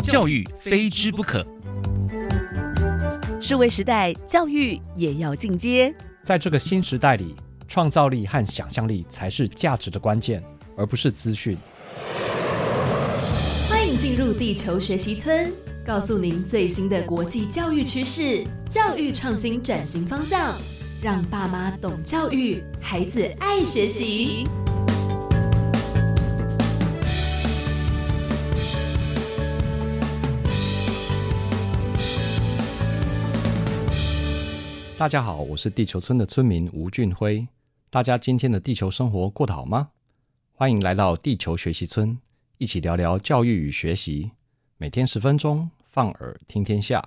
教育非之不可。 数位时代，教育也要进阶。 在这个新时代里，创造力和想象力才是价值的关键，而不是资讯。 欢迎进入地球学习村，告诉您最新的国际教育趋势、教育创新转型方向，让爸妈懂教育，孩子爱学习。 大家好，我是地球村的村民吴俊辉。大家今天的地球生活过得好吗？欢迎来到地球学习村，一起聊聊教育与学习。每天10分钟，放耳听天下。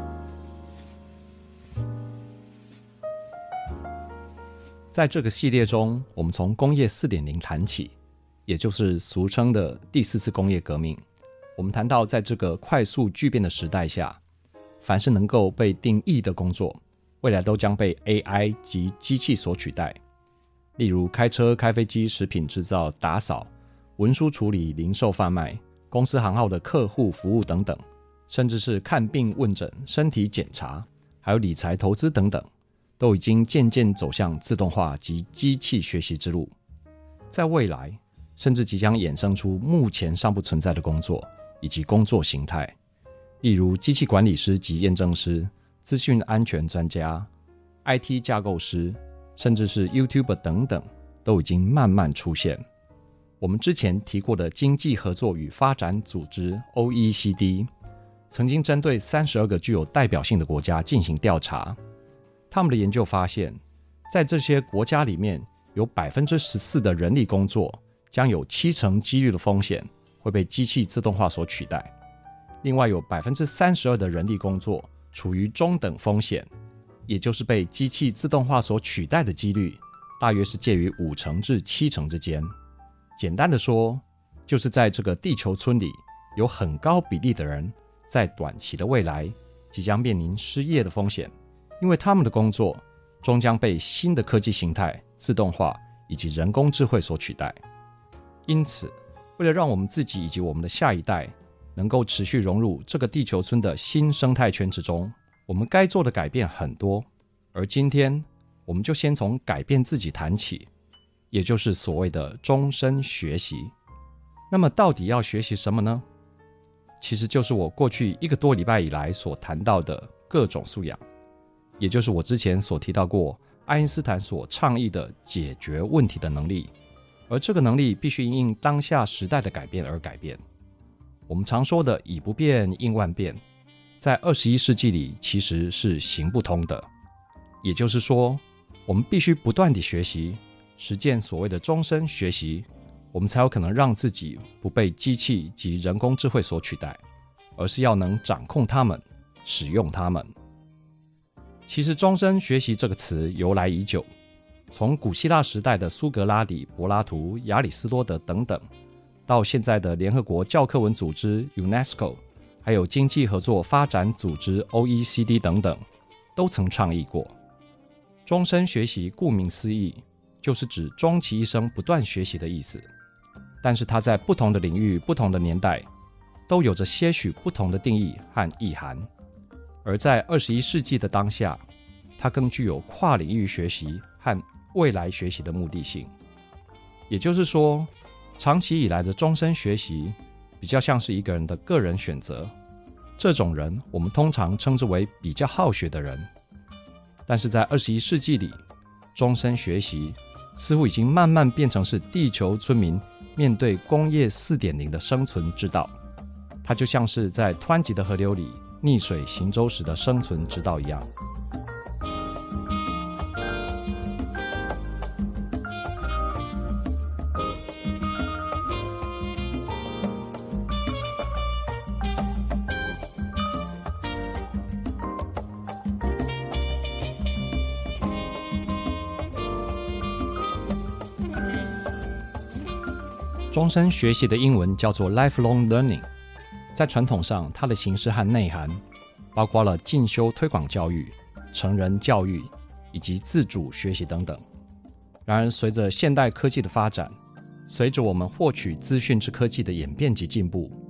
在这个系列中，我们从工业 4.0 谈起，也就是俗称的第4次工业革命。我们谈到在这个快速巨变的时代下，凡是能够被定义的工作，未来都将被 AI 及机器所取代，例如开车、开飞机、食品制造、打扫、文书处理、零售贩卖、公司行号的客户服务等等，甚至是看病问诊、身体检查，还有理财投资等等，都已经渐渐走向自动化及机器学习之路。在未来，甚至即将衍生出目前尚不存在的工作以及工作形态，例如机器管理师及验证师、资讯安全专家、IT 架构师，甚至是 YouTuber 等等，都已经慢慢出现。我们之前提过的经济合作与发展组织 OECD 曾经针对32个具有代表性的国家进行调查，他们的研究发现，在这些国家里面，有 14% 的人力工作将有70%几率的风险会被机器自动化所取代，另外有 32% 的人力工作处于中等风险，也就是被机器自动化所取代的几率大约是介于5%至7%之间。简单的说，就是在这个地球村里，有很高比例的人在短期的未来即将面临失业的风险，因为他们的工作终将被新的科技形态、自动化以及人工智慧所取代。因此，为了让我们自己以及我们的下一代能够持续融入这个地球村的新生态圈之中，我们该做的改变很多，而今天我们就先从改变自己谈起，也就是所谓的终身学习。那么到底要学习什么呢？其实就是我过去1个多礼拜以来所谈到的各种素养，也就是我之前所提到过爱因斯坦所倡议的解决问题的能力，而这个能力必须因应当下时代的改变而改变。我们常说的以不变应万变，在21世纪里其实是行不通的。也就是说，我们必须不断地学习，实践所谓的终身学习，我们才有可能让自己不被机器及人工智慧所取代，而是要能掌控它们，使用它们。其实终身学习这个词由来已久，从古希腊时代的苏格拉底、柏拉图、亚里士多德等等，到现在的联合国教科文组织 UNESCO， 还有经济合作发展组织 OECD 等等，都曾倡议过。终身学习顾名思义，就是指终其一生不断学习的意思，但是它在不同的领域、不同的年代，都有着些许不同的定义和意涵。而在21世纪的当下，它更具有跨领域学习和未来学习的目的性。也就是说，长期以来的终身学习比较像是一个人的个人选择，这种人我们通常称之为比较好学的人。但是在21世纪里，终身学习似乎已经慢慢变成是地球村民面对工业 4.0 的生存之道，它就像是在湍急的河流里逆水行舟时的生存之道一样。终身学习的英文叫做 lifelong learning， 在传统上，它的形式和内涵包括了进修推广教育、成人教育以及自主学习等等。然而，随着现代科技的发展，随着我们获取资讯之科技的演变及进步，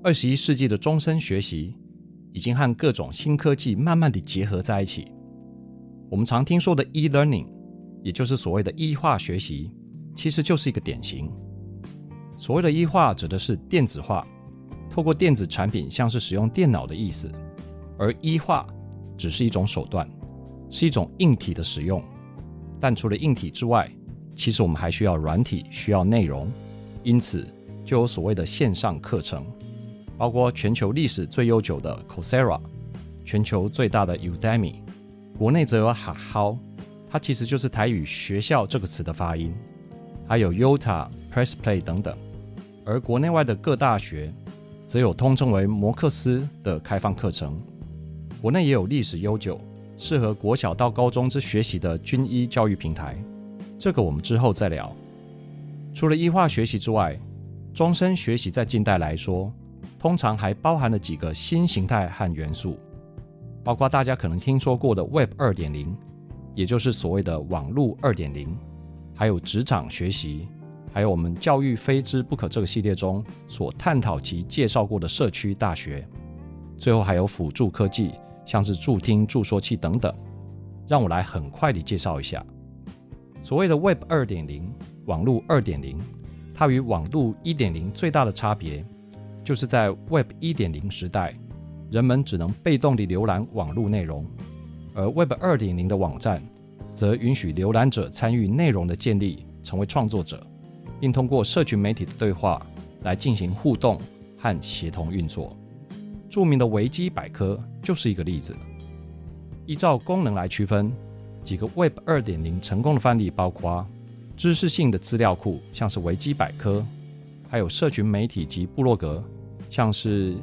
21世纪的终身学习已经和各种新科技慢慢地结合在一起。我们常听说的 e-learning， 也就是所谓的医化学习，其实就是一个典型。所谓的医化指的是电子化，透过电子产品像是使用电脑的意思，而医化只是一种手段，是一种硬体的使用。但除了硬体之外，其实我们还需要软体，需要内容，因此就有所谓的线上课程，包括全球历史最悠久的 Coursera， 全球最大的 Udemy， 国内则有哈好，它其实就是台语学校这个词的发音，还有 Yota、Pressplay 等等。而国内外的各大学则有通称为摩克斯的开放课程，国内也有历史悠久适合国小到高中之学习的均一教育平台，这个我们之后再聊。除了医化学习之外，终身学习在近代来说通常还包含了几个新形态和元素，包括大家可能听说过的 Web 2.0， 也就是所谓的网络 2.0， 还有职场学习，还有我们教育非之不可这个系列中所探讨及介绍过的社区大学，最后还有辅助科技，像是助听、助说器等等。让我来很快地介绍一下。所谓的 Web 2.0， 网络 2.0， 它与网络 1.0 最大的差别就是在 Web 1.0 时代，人们只能被动地浏览网络内容，而 Web 2.0 的网站则允许浏览者参与内容的建立，成为创作者，并通过社群媒体的对话来进行互动和协同运作。著名的维基百科就是一个例子。依照功能来区分，几个 Web 2.0 成功的范例包括知识性的资料库，像是维基百科，还有社群媒体及部落格，像是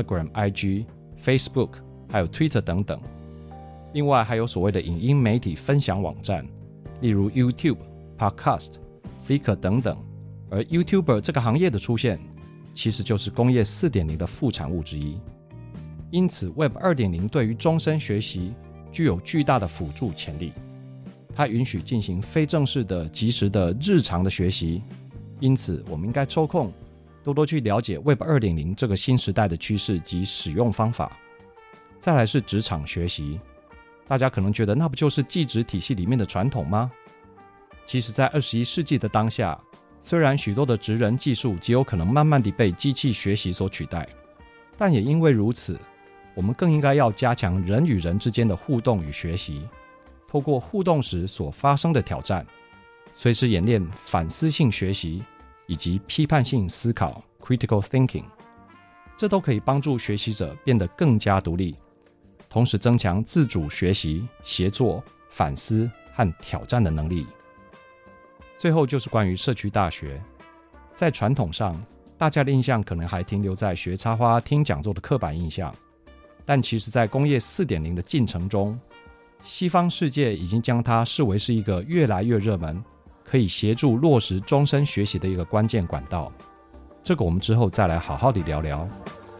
Instagram、IG、Facebook， 还有 Twitter 等等。另外还有所谓的影音媒体分享网站，例如 YouTube、Podcast、Flickr 等等。而 YouTuber 这个行业的出现，其实就是工业 4.0 的副产物之一。因此 Web 2.0 对于终身学习具有巨大的辅助潜力，它允许进行非正式的、即时的、日常的学习。因此我们应该抽空多多去了解 Web 2.0 这个新时代的趋势及使用方法。再来是职场学习，大家可能觉得那不就是技职体系里面的传统吗？其实在21世纪的当下，虽然许多的职人技术极有可能慢慢地被机器学习所取代，但也因为如此，我们更应该要加强人与人之间的互动与学习，透过互动时所发生的挑战，随时演练反思性学习以及批判性思考 critical thinking， 这都可以帮助学习者变得更加独立，同时增强自主学习、协作、反思和挑战的能力。最后就是关于社区大学，在传统上大家的印象可能还停留在学插花、听讲座的刻板印象，但其实在工业 4.0 的进程中，西方世界已经将它视为是一个越来越热门，可以协助落实终身学习的一个关键管道。这个我们之后再来好好地聊聊。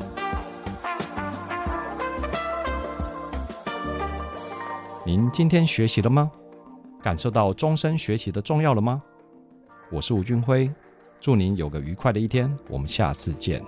您今天学习了吗？感受到终身学习的重要了吗？我是吴俊辉，祝您有个愉快的一天，我们下次见。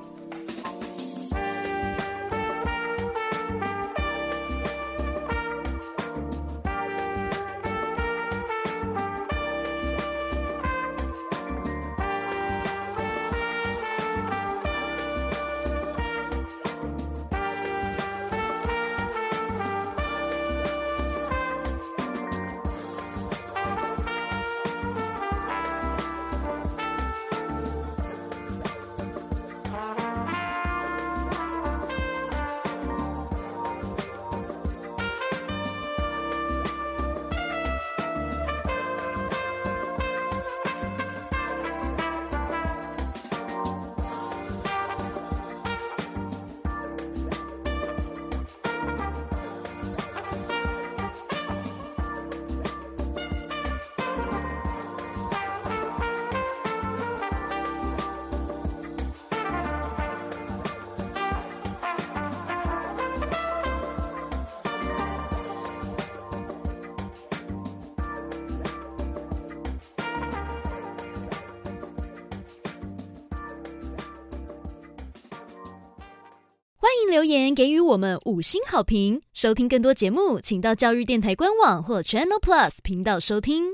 留言给予我们5星好评。收听更多节目，请到教育电台官网或 Channel Plus 频道收听。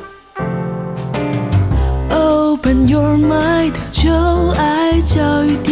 Open your mind， 就爱教育电台。